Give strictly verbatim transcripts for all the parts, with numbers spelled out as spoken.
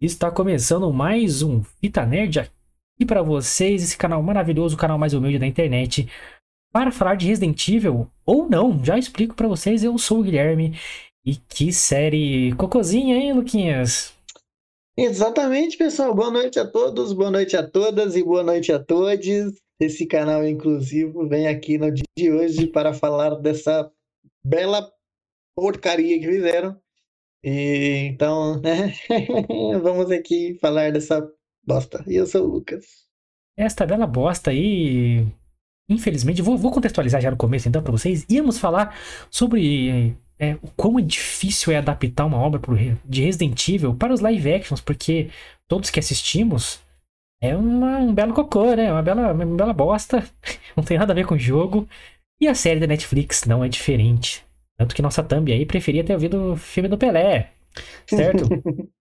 Está começando mais um Fita Nerd aqui para vocês, esse canal maravilhoso, o canal mais humilde da internet, para falar de Resident Evil ou não. Já explico para vocês, eu sou o Guilherme e que série cocôzinha, hein, Luquinhas? Exatamente, pessoal. Boa noite a todos, boa noite a todas e boa noite a todos. Esse canal inclusivo vem aqui no dia de hoje para falar dessa bela porcaria que fizeram. E então, né? Vamos aqui falar dessa bosta. E eu sou o Lucas. Esta bela bosta aí, infelizmente, vou, vou contextualizar já no começo então para vocês. Íamos falar sobre é, o quão difícil é adaptar uma obra pro, de Resident Evil para os live actions, porque todos que assistimos é uma, um belo cocô, né? Uma bela, uma bela bosta. Não tem nada a ver com o jogo. E a série da Netflix não é diferente. Tanto que nossa thumb aí preferia ter ouvido o filme do Pelé, certo?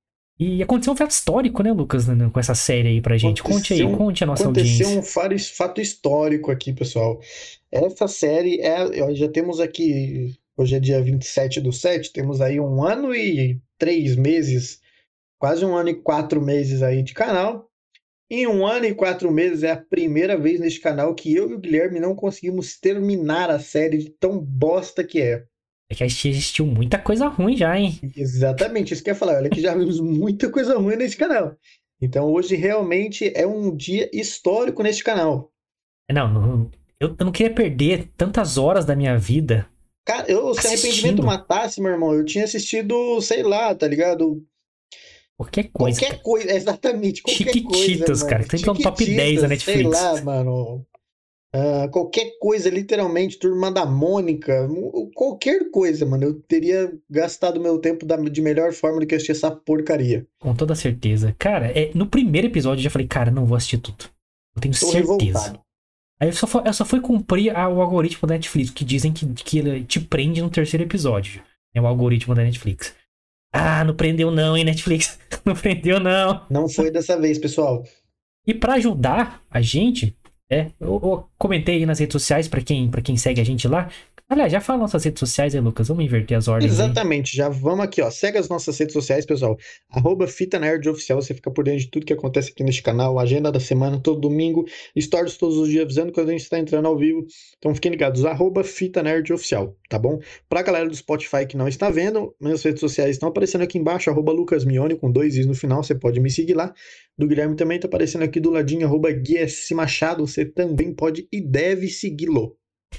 E aconteceu um fato histórico, né, Lucas, né, com essa série aí pra gente. Conte aí, Aconteceu um, conte a nossa aconteceu audiência. um faro- fato histórico aqui, pessoal. Essa série é. ó, Já temos aqui. Hoje é dia vinte e sete do sete, temos aí um ano e três meses, quase um ano e quatro meses aí de canal. Em um ano e quatro meses é a primeira vez neste canal que eu e o Guilherme não conseguimos terminar a série de tão bosta que é. É que a gente assistiu muita coisa ruim já, hein? Exatamente, isso que eu ia falar. Olha que já vimos muita coisa ruim nesse canal. Então hoje realmente é um dia histórico neste canal. Não, não eu, eu não queria perder tantas horas da minha vida Cara, eu, se arrependimento assistindo matasse, meu irmão, eu tinha assistido, sei lá, tá ligado? qualquer coisa, Qualquer cara. coisa, exatamente, qualquer coisa, Chiquititas, cara, mano. que sempre tá no top dez da Chiquititas, sei Netflix. lá, mano. Ah, qualquer coisa, literalmente, Turma da Mônica, mu- qualquer coisa, mano. Eu teria gastado meu tempo da- de melhor forma do que assistir essa porcaria. Com toda certeza. Cara, é, no primeiro episódio eu já falei, cara, não vou assistir tudo. Eu tenho Tô certeza. revoltado. Aí eu só, fui, eu só fui cumprir a- o algoritmo da Netflix, que dizem que, que ele te prende no terceiro episódio. É o algoritmo da Netflix. Ah, não prendeu não, hein, Netflix? Não prendeu não. Não foi dessa vez, pessoal. E pra ajudar a gente, é, eu, eu comentei aí nas redes sociais pra quem, pra quem segue a gente lá. Aliás, já fala nossas redes sociais aí, Lucas. Vamos inverter as ordens aí. Exatamente, já vamos aqui, ó. Segue as nossas redes sociais, pessoal. Arroba Fita Nerd Oficial, você fica por dentro de tudo que acontece aqui neste canal. Agenda da semana, todo domingo. Stories todos os dias, avisando quando a gente está entrando ao vivo. Então fiquem ligados, arroba Fita Nerd Oficial, tá bom? Pra galera do Spotify que não está vendo, minhas redes sociais estão aparecendo aqui embaixo, arroba Lucas Mione, com dois i's no final, você pode me seguir lá. Do Guilherme também está aparecendo aqui do ladinho, arroba Gui S. Machado, você também pode e deve segui-lo.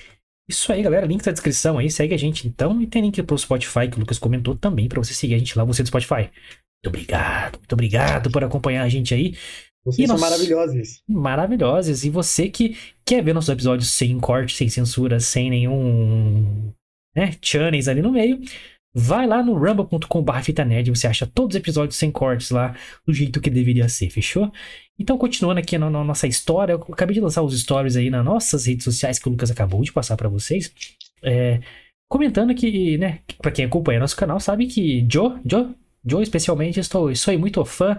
Isso aí, galera. Link na descrição aí. Segue a gente então. E tem link pro Spotify que o Lucas comentou também pra você seguir a gente lá, você do Spotify. Muito obrigado, muito obrigado por acompanhar a gente aí. E Vocês são nós, maravilhosos. maravilhosas. E você que quer ver nossos episódios sem corte, sem censura, sem nenhum, né, channels ali no meio, vai lá no rumble ponto com barra fita nerd, você acha todos os episódios sem cortes lá, do jeito que deveria ser, fechou? Então, continuando aqui na, na nossa história, eu acabei de lançar os stories aí nas nossas redes sociais que o Lucas acabou de passar pra vocês, é, comentando que, né, pra quem acompanha nosso canal sabe que Joe, Joe, Joe especialmente, estou, sou muito fã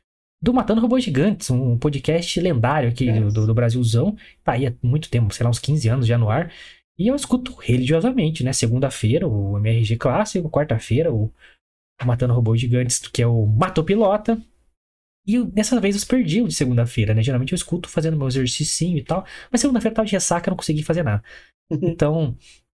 do Matando Robôs Gigantes, um podcast lendário aqui É. do, do, do Brasilzão. Tá aí há muito tempo, sei lá, uns quinze anos já no ar. E eu escuto religiosamente, né? Segunda-feira, o M R G Clássico, quarta-feira, o Matando Robôs Gigantes, que é o Matopilota. E eu, dessa vez eu perdi o de segunda-feira, né? Geralmente eu escuto fazendo meu exercício e tal. Mas segunda-feira eu tava de ressaca, eu não consegui fazer nada. Então,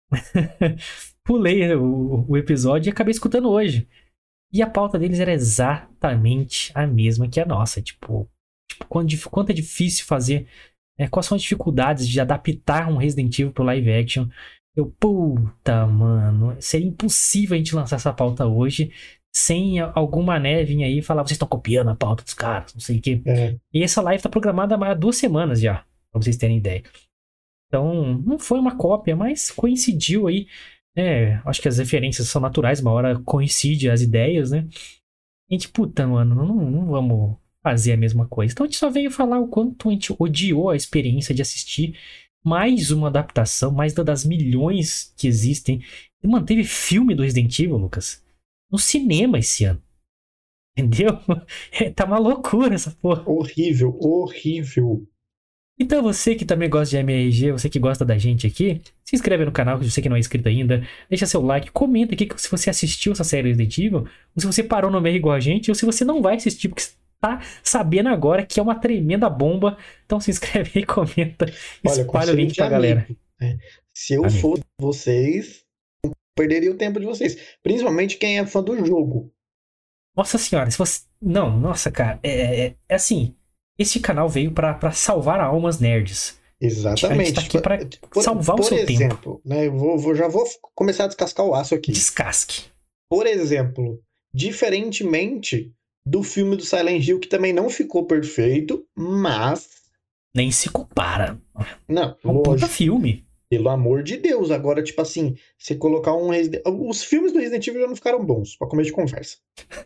pulei o, o episódio e acabei escutando hoje. E a pauta deles era exatamente a mesma que a nossa. Tipo, tipo quanto, quanto é difícil fazer. É, quais são as dificuldades de adaptar um Resident Evil pro live action? Eu, puta, mano. Seria impossível a gente lançar essa pauta hoje sem alguma né vir aí e falar, vocês estão copiando a pauta dos caras, não sei o quê. É. E essa live tá programada há duas semanas já, pra vocês terem ideia. Então, não foi uma cópia, mas coincidiu aí. É, acho que as referências são naturais, uma hora coincide as ideias, né? A gente, puta, mano, não, não vamos fazer a mesma coisa. Então a gente só veio falar o quanto a gente odiou a experiência de assistir mais uma adaptação, mais das milhões que existem. E manteve filme do Resident Evil, Lucas, no cinema esse ano. Entendeu? É, tá uma loucura essa porra. Horrível, horrível. Então você que também gosta de M R G, você que gosta da gente aqui, se inscreve no canal, se você que não é inscrito ainda, deixa seu like, comenta aqui se você assistiu essa série Resident Evil, ou se você parou no meio igual a gente, ou se você não vai assistir, porque você tá sabendo agora que é uma tremenda bomba. Então se inscreve aí, comenta, Olha, espalha o conselho link de pra galera. amigo, né? Se eu Amigo. fosse vocês, não perderia o tempo de vocês. Principalmente quem é fã do jogo. Nossa senhora, se você... Não, nossa, cara, é, é, é assim, esse canal veio pra, pra salvar almas nerds. Exatamente. A gente tá aqui pra por, salvar por o seu exemplo, tempo. né, eu vou, vou, já vou começar a descascar o aço aqui. Descasque. Por exemplo, diferentemente do filme do Silent Hill, que também não ficou perfeito, mas... Nem se compara. Não, É um puta lógico. filme. Pelo amor de Deus. Agora, tipo assim, você colocar um Resident... Os filmes do Resident Evil já não ficaram bons, pra começo de conversa.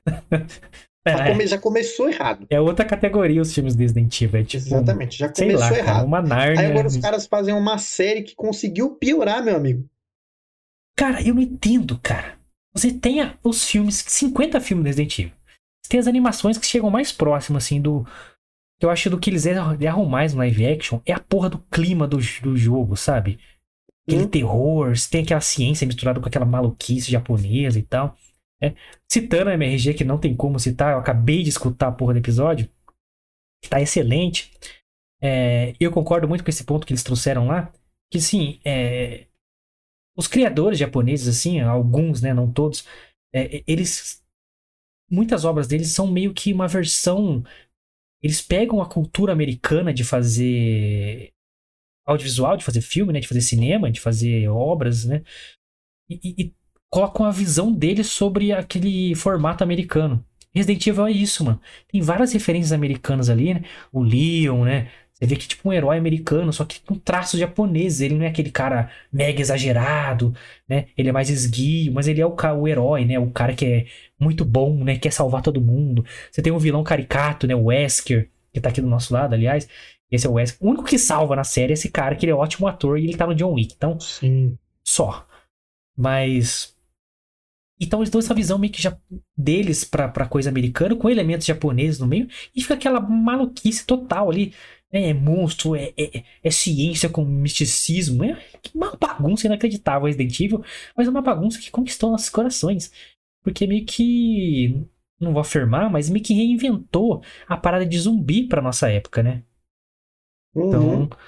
Já, É, come... já começou errado. é outra categoria os filmes do Resident Evil. É tipo, Exatamente, já sei começou lá, errado. cara, uma Nárnia. Aí agora os caras fazem uma série que conseguiu piorar, meu amigo. Cara, eu não entendo, cara. Você tem a- os filmes, cinquenta filmes do Resident Evil. Você tem as animações que chegam mais próximo, assim, do... Eu acho do que eles erram erram mais no live action é a porra do clima do, do jogo, sabe? Aquele Hum. terror, você tem aquela ciência misturada com aquela maluquice japonesa e tal. É. Citando a M R G, que não tem como citar, eu acabei de escutar a porra do episódio, que tá excelente. É, eu concordo muito com esse ponto que eles trouxeram lá, que sim, é, os criadores japoneses, assim, alguns, né, não todos, é, eles, muitas obras deles são meio que uma versão, eles pegam a cultura americana de fazer audiovisual, de fazer filme, né, de fazer cinema, de fazer obras, né, e, e, e colocam a visão deles sobre aquele formato americano. Resident Evil é isso, mano. Tem várias referências americanas ali, né? O Leon, né? Você vê que é tipo um herói americano, só que com traços japoneses. Ele não é aquele cara mega exagerado, né? Ele é mais esguio, mas ele é o, ca- o herói, né? O cara que é muito bom, né? Quer salvar todo mundo. Você tem um vilão caricato, né? O Wesker, que tá aqui do nosso lado, aliás. Esse é o Wesker. O único que salva na série é esse cara, que ele é um ótimo ator e ele tá no John Wick. Então, Sim. só. Mas... Então eles dão essa visão meio que já deles pra, pra coisa americana, com elementos japoneses no meio, e fica aquela maluquice total ali. Né? É monstro, é, é, é ciência com misticismo. É uma bagunça inacreditável Resident Evil, mas é uma bagunça que conquistou nossos corações. Porque meio que, não vou afirmar, mas meio que reinventou a parada de zumbi pra nossa época, né? Uhum. Então,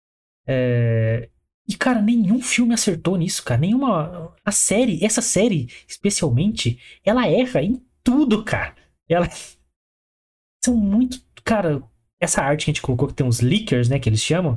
é... E, cara, nenhum filme acertou nisso, cara. Nenhuma... A série, essa série, especialmente, ela erra em tudo, cara. Ela... São muito... Cara, essa arte que a gente colocou, que tem uns leakers, né, que eles chamam.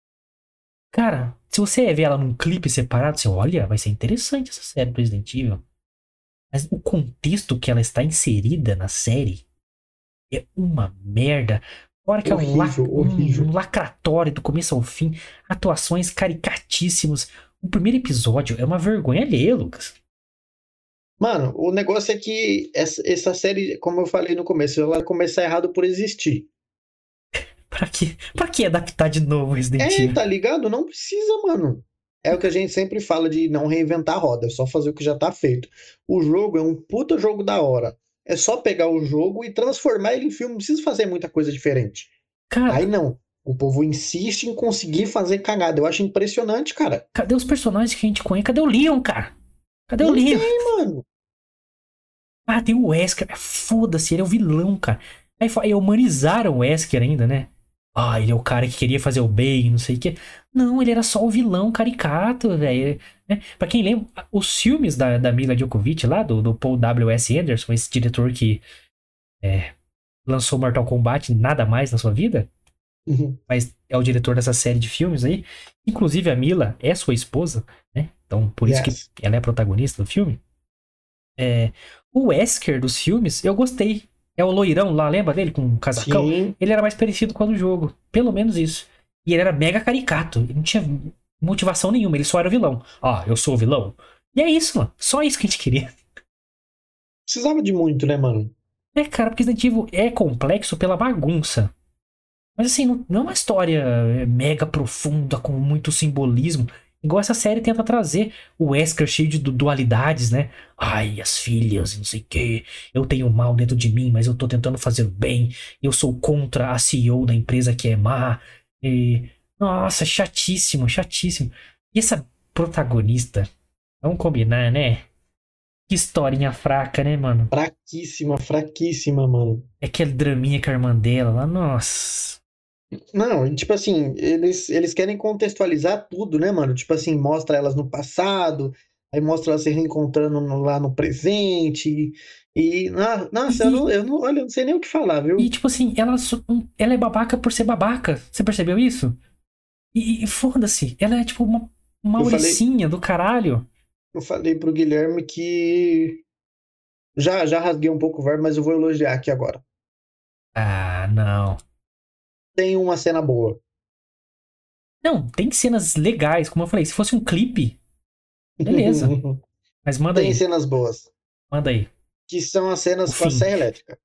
Cara, se você ver ela num clipe separado, você olha, vai ser interessante essa série do Resident Evil. Mas o contexto que ela está inserida na série é uma merda. Fora que é um, lac... Horrível, horrível. um lacratório do começo ao fim. Atuações caricatíssimas. O primeiro episódio é uma vergonha alheia, Lucas. Mano, o negócio é que essa, essa série, como eu falei no começo, ela começa errado por existir. Pra que, pra que adaptar de novo Resident É, Evil? tá ligado? Não precisa, mano. É o que a gente sempre fala de não reinventar a roda, é só fazer o que já tá feito. O jogo é um puta jogo da hora. É só pegar o jogo e transformar ele em filme, não precisa fazer muita coisa diferente. Aí Cara, não. O povo insiste em conseguir fazer cagada. Eu acho impressionante, cara. cadê os personagens que a gente conhece? Cadê o Leon, cara? Cadê o Não Leon? tem, mano. Ah, tem o Wesker. Foda-se, ele é o vilão, cara. Aí, fa- aí humanizaram o Wesker ainda, né? Ah, ele é o cara que queria fazer o bem, não sei o quê. Não, ele era só o vilão caricato, velho. Né? Pra quem lembra, os filmes da, da Mila Djokovic lá, do, do Paul W S. Anderson, esse diretor que é, lançou Mortal Kombat, nada mais na sua vida, Uhum. mas é o diretor dessa série de filmes aí. Inclusive a Mila é sua esposa, né? Então por isso Yes. que ela é a protagonista do filme. É, o Wesker dos filmes, eu gostei. É o loirão lá, lembra dele com um casacão? Sim. Ele era mais parecido com o do jogo. Pelo menos isso. E ele era mega caricato. Ele não tinha motivação nenhuma, ele só era vilão. Ah, eu sou o vilão. E é isso, mano. Só isso que a gente queria. Precisava de muito, né, mano? É, cara, porque Resident Evil é complexo pela bagunça. Mas assim, não, não é uma história é, mega profunda, com muito simbolismo. Igual essa série tenta trazer o Wesker cheio de du- dualidades, né? Ai, as filhas, não sei o quê. Eu tenho mal dentro de mim, mas eu tô tentando fazer o bem. Eu sou contra a C E O da empresa que é má. E, nossa, chatíssimo, chatíssimo. E essa protagonista, vamos combinar, né? Que historinha fraca, né, mano? Fraquíssima, fraquíssima, mano. É aquele draminha com a irmã dela lá, nossa. Não, e, tipo assim, eles, eles querem contextualizar tudo, né, mano? Tipo assim, mostra elas no passado, aí mostra elas se reencontrando no- lá no presente. E, ah, nossa, eu não, E, eu não, olha, eu não sei nem o que falar, e viu? tipo assim, ela, só- um, ela é babaca por ser babaca. Você percebeu isso? E, e foda-se, ela é tipo uma Eu falei, Mauricinha do caralho. eu falei pro Guilherme que já, já rasguei um pouco o verbo, mas eu vou elogiar aqui agora. Ah, não. Tem uma cena boa. Não, tem cenas legais, como eu falei. Se fosse um clipe, beleza. Mas manda Tem aí, cenas boas, manda aí. que são as O cenas com a fim. serra elétrica.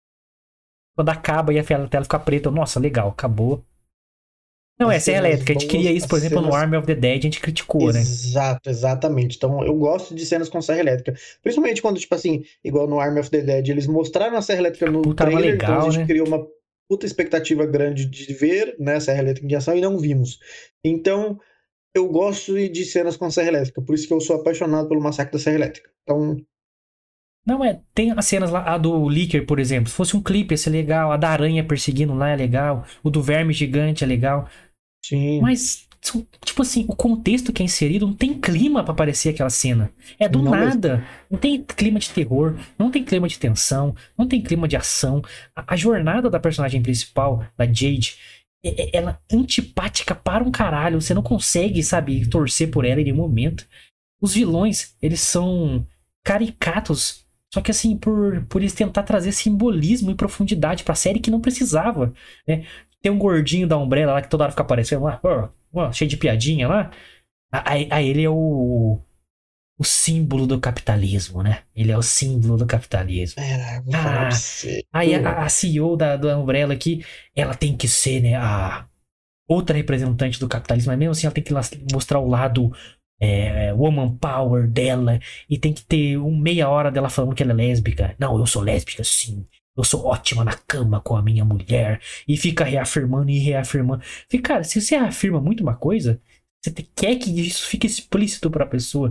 Quando acaba e a tela fica preta, nossa, legal, acabou. Não, As é serra cenas elétrica. A gente queria boas, isso, as por exemplo, no cenas. Army of the Dead, a gente criticou, né? Exato, exatamente. Então, eu gosto de cenas com serra elétrica. Principalmente quando, tipo assim, igual no Army of the Dead, eles mostraram a serra elétrica no Puta arma trailer, então a legal, gente né? criou uma puta expectativa grande de ver, né, a serra elétrica em ação e não vimos. Então, eu gosto de cenas com serra elétrica, por isso que eu sou apaixonado pelo Massacre da Serra Elétrica. Então, Não, é. Tem as cenas lá, a do Licker, por exemplo. Se fosse um clipe, ia ser legal. A da aranha perseguindo lá é legal. O do verme gigante é legal. sim, Mas, tipo assim, o contexto que é inserido não tem clima pra aparecer aquela cena. É do não mesmo. nada. Não tem clima de terror, não tem clima de tensão, não tem clima de ação. A, a jornada da personagem principal, da Jade, é, é- ela é antipática para um caralho. Você não consegue, sabe, torcer por ela em nenhum momento. Os vilões, eles são caricatos. Só que assim, por, por eles tentar trazer simbolismo e profundidade pra série que não precisava, né? Tem um gordinho da Umbrella lá que toda hora fica aparecendo lá, ó, ó, cheio de piadinha lá. Aí, aí ele é o, o símbolo do capitalismo, né? Ele é o símbolo do capitalismo. Pera, eu vou falar pra Ah, você. aí Uh, a, a C E O da, da Umbrella aqui, ela tem que ser, né, a outra representante do capitalismo, mas mesmo assim ela tem que lá mostrar o lado é, woman power dela e tem que ter um meia hora dela falando que ela é lésbica. Não, eu sou lésbica, sim. Eu sou ótima na cama com a minha mulher. E fica reafirmando e reafirmando. Fica, cara, se você reafirma muito uma coisa, você te- quer que isso fique explícito pra pessoa.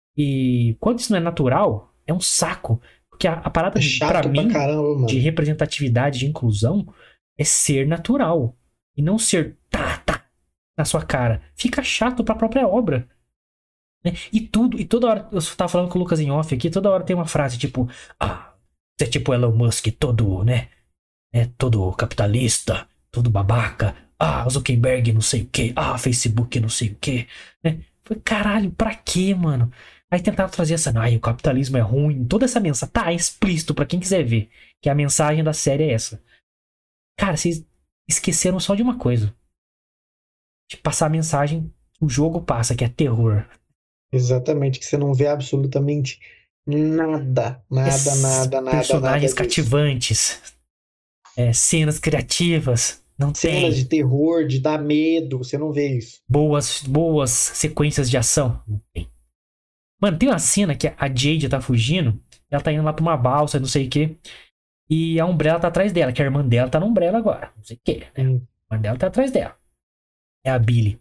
E quando isso não é natural, é um saco. Porque a, a parada, é de, pra chato pra mim, caramba, de mano. representatividade, de inclusão, é ser natural. E não ser tá, tá na sua cara. Fica chato pra própria obra. Né? E tudo, e toda hora, eu tava falando com o Lucas em off aqui, toda hora tem uma frase tipo, ah, você é tipo Elon Musk, todo, né? É todo capitalista, todo babaca. Ah, Zuckerberg não sei o que. Ah, Facebook não sei o que. Né? Falei, caralho, pra quê, mano? Aí tentaram trazer essa, ai, o capitalismo é ruim. Toda essa mensagem, tá, é explícito pra quem quiser ver. Que a mensagem da série é essa. Cara, vocês esqueceram só de uma coisa. De passar a mensagem que o jogo passa, que é terror. Exatamente, que você não vê absolutamente nada, nada, Es- nada, nada, personagens nada disso. cativantes. É, cenas criativas. Não Cenas de tem. terror, de dar medo, você não vê isso. Boas, boas sequências de ação. Não tem. Mano, tem uma cena que a Jade tá fugindo. Ela tá indo lá pra uma balsa, não sei o que. E a Umbrella tá atrás dela, que a irmã dela tá na Umbrella agora. Não sei o que, né? Hum. A irmã dela tá atrás dela. É a Billy.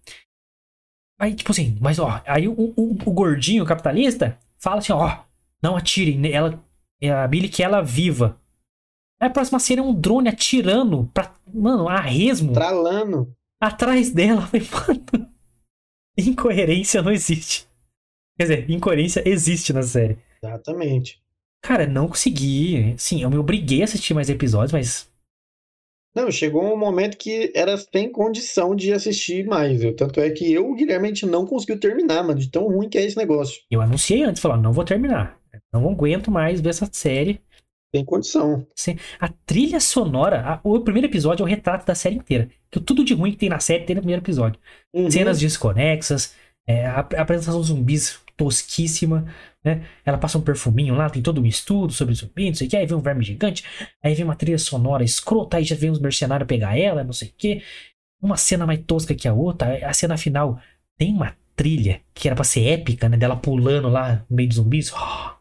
Aí, tipo assim, mas ó, aí o, o, o gordinho o capitalista fala assim, ó, não atirem. Ela, é a Billy que ela viva. Aí a próxima cena é um drone atirando pra, mano, a resmo Tralano. atrás dela. Eu falei, mano, incoerência não existe. Quer dizer, incoerência existe na série. Exatamente. Cara, não consegui. Sim, eu me obriguei a assistir mais episódios, mas Não, chegou um momento que era sem condição de assistir mais. Eu, tanto é que eu, o Guilherme, a gente não conseguiu terminar, mano, de tão ruim que é esse negócio. eu anunciei antes, falando, não vou terminar. Não aguento mais ver essa série. Tem condição. Sim, a trilha sonora, a- o primeiro episódio é o retrato da série inteira. Que tudo de ruim que tem na série tem no primeiro episódio. Cenas Uhum. desconexas, é, a, a apresentação dos zumbis tosquíssima, né? Ela passa um perfuminho lá, tem todo um estudo sobre zumbi, não sei o que, aí vem um verme gigante, aí vem uma trilha sonora escrota, aí já vem os mercenários pegar ela, não sei o que. Uma cena mais tosca que a outra, a cena final tem uma trilha que era pra ser épica, né? Dela pulando lá no meio dos zumbis. Oh,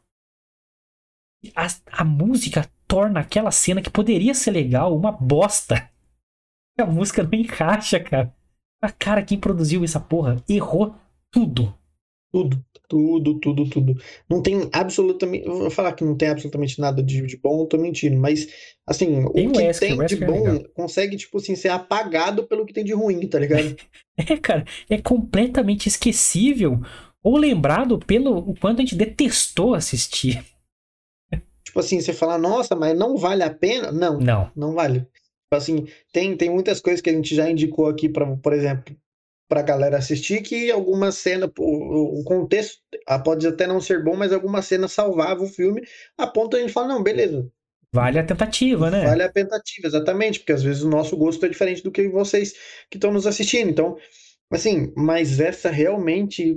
a, a música torna aquela cena que poderia ser legal uma bosta. A música não encaixa, cara. A cara, quem produziu essa porra errou tudo. Tudo, tudo, tudo, tudo. Não tem absolutamente. Eu vou falar que não tem absolutamente nada de, de bom, eu tô mentindo, mas assim, Tem o o que Wesker, o tem de Wesker é bom legal. consegue, tipo assim, ser apagado pelo que tem de ruim, tá ligado? É, cara, é completamente esquecível ou lembrado pelo o quanto a gente detestou assistir. Tipo assim, você fala, nossa, mas não vale a pena? Não, Não. não vale. Tipo assim, tem, tem muitas coisas que a gente já indicou aqui, pra, por exemplo, pra galera assistir, que alguma cena, o, o contexto ah, pode até não ser bom, mas alguma cena salvava o filme, a ponto de a gente falar, não, beleza, Vale a tentativa, né? vale a tentativa, exatamente, porque às vezes o nosso gosto é diferente do que vocês que estão nos assistindo. Então, assim, mas essa realmente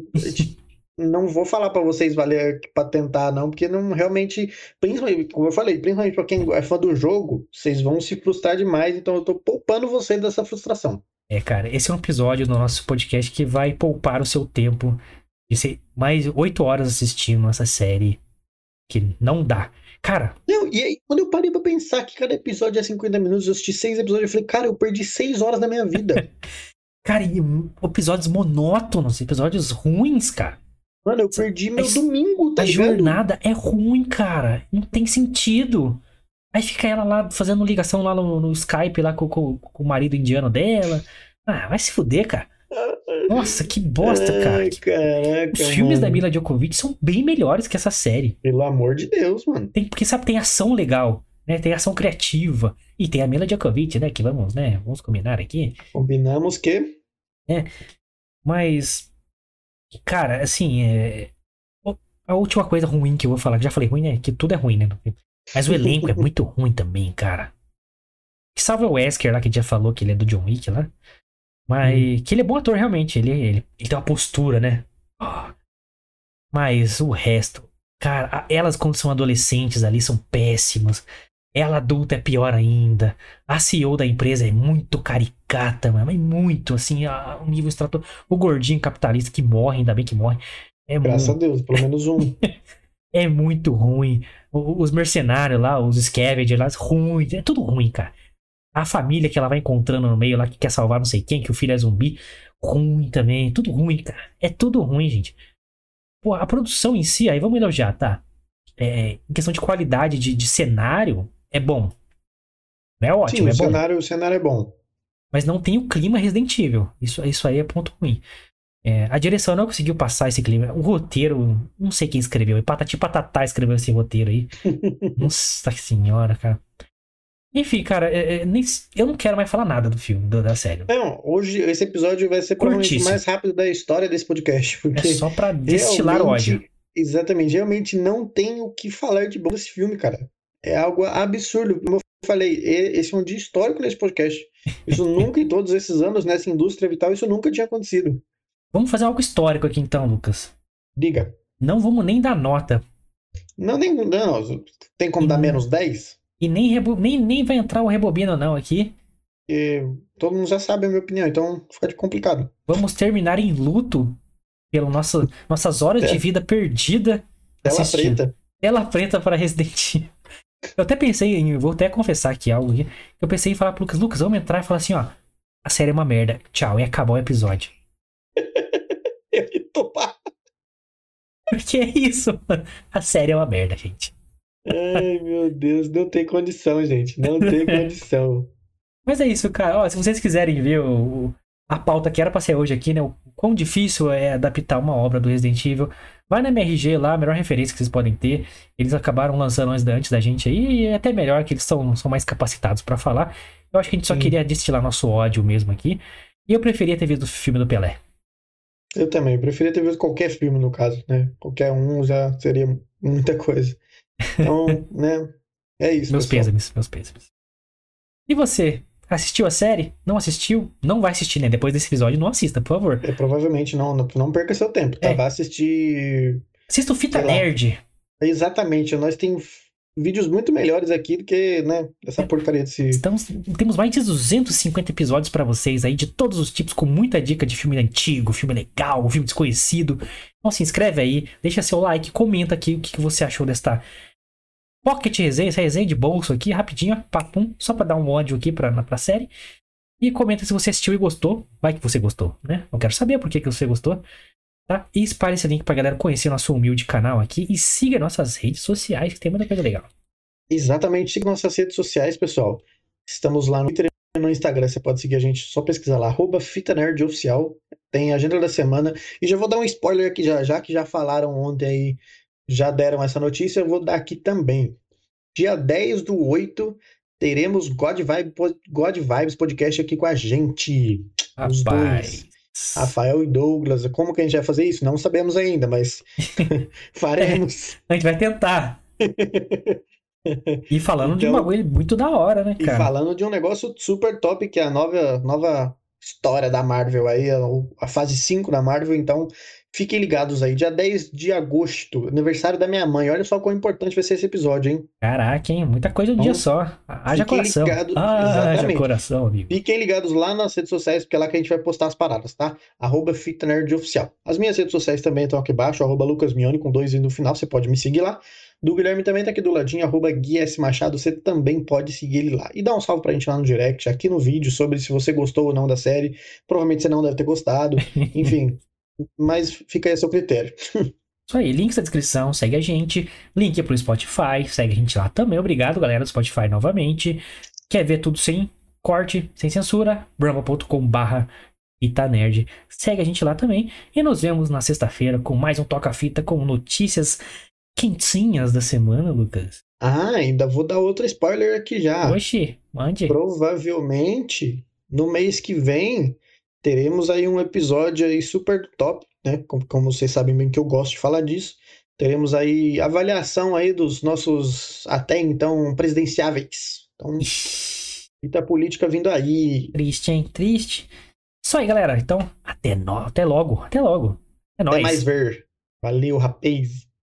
não vou falar pra vocês valer pra tentar não, porque não realmente, principalmente, como eu falei, principalmente pra quem é fã do jogo, vocês vão se frustrar demais, então eu tô poupando você dessa frustração. É, cara, esse é um episódio do nosso podcast que vai poupar o seu tempo de ser mais oito horas assistindo essa série que não dá. Cara, Não, e aí, quando eu parei pra pensar que cada episódio é cinquenta minutos, eu assisti seis episódios, eu falei, cara, eu perdi seis horas da minha vida. cara, e episódios monótonos, episódios ruins, cara. Mano, eu perdi A, meu domingo, tá a ligado? jornada é ruim, cara. Não tem sentido. Aí fica ela lá fazendo ligação lá no, no Skype lá com, com, com o marido indiano dela. Ah, vai se fuder, cara. Nossa, que bosta, cara. Ai, caraca, Os filmes da mano. Mila Djokovic são bem melhores que essa série. Pelo amor de Deus, mano. Tem, porque, sabe, tem ação legal, né? Tem ação criativa. E tem a Mila Djokovic, né? Que vamos, né? Vamos combinar aqui. Combinamos que. É, mas, cara, assim, é... a última coisa ruim que eu vou falar, já falei ruim, né? Que tudo é ruim, né? Mas o elenco é muito ruim também, cara. Que salve o Wesker lá, que já falou que ele é do John Wick lá. Mas hum. que ele é bom ator, realmente. Ele, ele, ele tem uma postura, né? Mas o resto... Cara, elas quando são adolescentes ali são péssimas. Ela adulta é pior ainda. A C E O da empresa é muito caricata, mas muito, assim, a um nível extrator. O gordinho capitalista que morre, ainda bem que morre. É Graças muito... a Deus, pelo menos um. é muito ruim. Os mercenários lá, os scavengers lá, ruim. É tudo ruim, cara. A família que ela vai encontrando no meio lá, que quer salvar não sei quem, que o filho é zumbi, ruim também. Tudo ruim, cara. É tudo ruim, gente. Pô, a produção em si, aí vamos elogiar, tá? É, em questão de qualidade de, de cenário, é bom. Não é ótimo, Sim, é o bom. cenário, o cenário é bom. Mas não tem o clima Resident Evil. Isso, isso aí é ponto ruim. É, a direção não conseguiu passar esse clima. O roteiro, não sei quem escreveu. Patati Patatá escreveu esse roteiro aí. Nossa senhora, cara. Enfim, cara, é, é, nem, eu não quero mais falar nada do filme, do, da série. Não, hoje esse episódio vai ser provavelmente o mais rápido da história desse podcast. Porque é só pra destilar ódio. Exatamente, realmente não tem o que falar de bom desse filme, cara. É algo absurdo. Como eu falei, esse é um dia histórico nesse podcast. Isso nunca, em todos esses anos, nessa indústria vital, isso nunca tinha acontecido. Vamos fazer algo histórico aqui então, Lucas. Diga. Não vamos nem dar nota. Não, nem, não. Tem como e, dar menos dez? E nem, rebo, nem, nem vai entrar o rebobina não aqui. E todo mundo já sabe a minha opinião, então fica de complicado. Vamos terminar em luto pelo nosso, nossas horas é. de vida perdida Tela assistindo. preta. Tela preta para Resident Evil. Eu até pensei em, vou até confessar aqui algo aqui. Eu pensei em falar pro Lucas, Lucas, vamos entrar e falar assim, ó, a série é uma merda, tchau, e acabar o episódio. Eu ia topar. Porque é isso, mano. A série é uma merda, gente. Ai, meu Deus, não tem condição, gente, não tem condição. Mas é isso, cara, ó, se vocês quiserem ver o, o, a pauta que era pra ser hoje aqui, né, o quão difícil é adaptar uma obra do Resident Evil, vai na M R G lá, a melhor referência que vocês podem ter. Eles acabaram lançando antes da, antes da gente aí, e é até melhor que eles são, são mais capacitados pra falar. Eu acho que a gente só hum. queria destilar nosso ódio mesmo aqui. E eu preferia ter visto o filme do Pelé. Eu também, eu preferia ter visto qualquer filme, no caso, né? Qualquer um já seria muita coisa. Então, né? É isso, Meus pessoal. pêsames, meus pêsames. E você? Assistiu a série? Não assistiu? Não vai assistir, né? Depois desse episódio, não assista, por favor. É, provavelmente não, não, não perca seu tempo, tá? É. Vai assistir... Assista o Fita Nerd. Exatamente, nós temos vídeos muito melhores aqui do que, né, essa porcaria desse... Estamos, temos mais de duzentos e cinquenta episódios pra vocês aí, de todos os tipos, com muita dica de filme antigo, filme legal, filme desconhecido. Então se inscreve aí, deixa seu like, comenta aqui o que você achou desta Pocket resenha, essa resenha de bolso aqui, rapidinho, papum, só pra dar um ódio aqui pra, pra série. E comenta se você assistiu e gostou. Vai que você gostou, né? Eu quero saber por que, que você gostou. Tá? E espalhe esse link pra galera conhecer nosso humilde canal aqui. E siga nossas redes sociais, que tem muita coisa legal. Exatamente, siga nossas redes sociais, pessoal. Estamos lá no Twitter e no Instagram. Você pode seguir a gente, só pesquisar lá, arroba Fita Nerd Oficial. Tem a agenda da semana. E já vou dar um spoiler aqui, já, já que já falaram ontem aí, já deram essa notícia, eu vou dar aqui também. Dia dez do oito, teremos God, Vibe, God Vibes Podcast aqui com a gente. Os Rapaz. dois. Rafael e Douglas. Como que a gente vai fazer isso? Não sabemos ainda, mas faremos. A gente vai tentar. E falando Então, de um bagulho muito da hora, né, e cara? falando de um negócio super top, que é a nova, nova história da Marvel aí, a, a fase cinco da Marvel, então fiquem ligados aí. Dia dez de agosto, aniversário da minha mãe. Olha só quão importante vai ser esse episódio, hein? Caraca, hein? Muita coisa no Então, dia só. Haja fiquem coração. ligados- Haja exatamente. coração, amigo. Fiquem ligados lá nas redes sociais, porque é lá que a gente vai postar as paradas, tá? Arroba Fita Nerd Oficial. As minhas redes sociais também estão aqui embaixo, arroba Lucas Mione, com dois i no final, você pode me seguir lá. Do Guilherme também tá aqui do ladinho, arroba Gui S. Machado, você também pode seguir ele lá. E dá um salve pra gente lá no direct, aqui no vídeo, sobre se você gostou ou não da série. Provavelmente você não deve ter gostado, enfim. Mas fica aí a seu critério. Isso aí, links na descrição, segue a gente. Link pro Spotify, segue a gente lá também. Obrigado, galera do Spotify, novamente. Quer ver tudo sem corte, sem censura? rumble ponto com barra Fita Nerd. Segue a gente lá também. E nos vemos na sexta-feira com mais um Toca-Fita com notícias quentinhas da semana, Lucas. Ah, ainda vou dar outro spoiler aqui já. Oxi, mande. Provavelmente, no mês que vem, teremos aí um episódio aí super top, né? Como, como vocês sabem bem que eu gosto de falar disso. Teremos aí avaliação aí dos nossos até então presidenciáveis. Então, Ixi, muita política vindo aí. triste, hein? Triste. Isso aí, galera. Então, até, no... até logo. Até logo. É Até nóis. mais ver. Valeu, rapaz.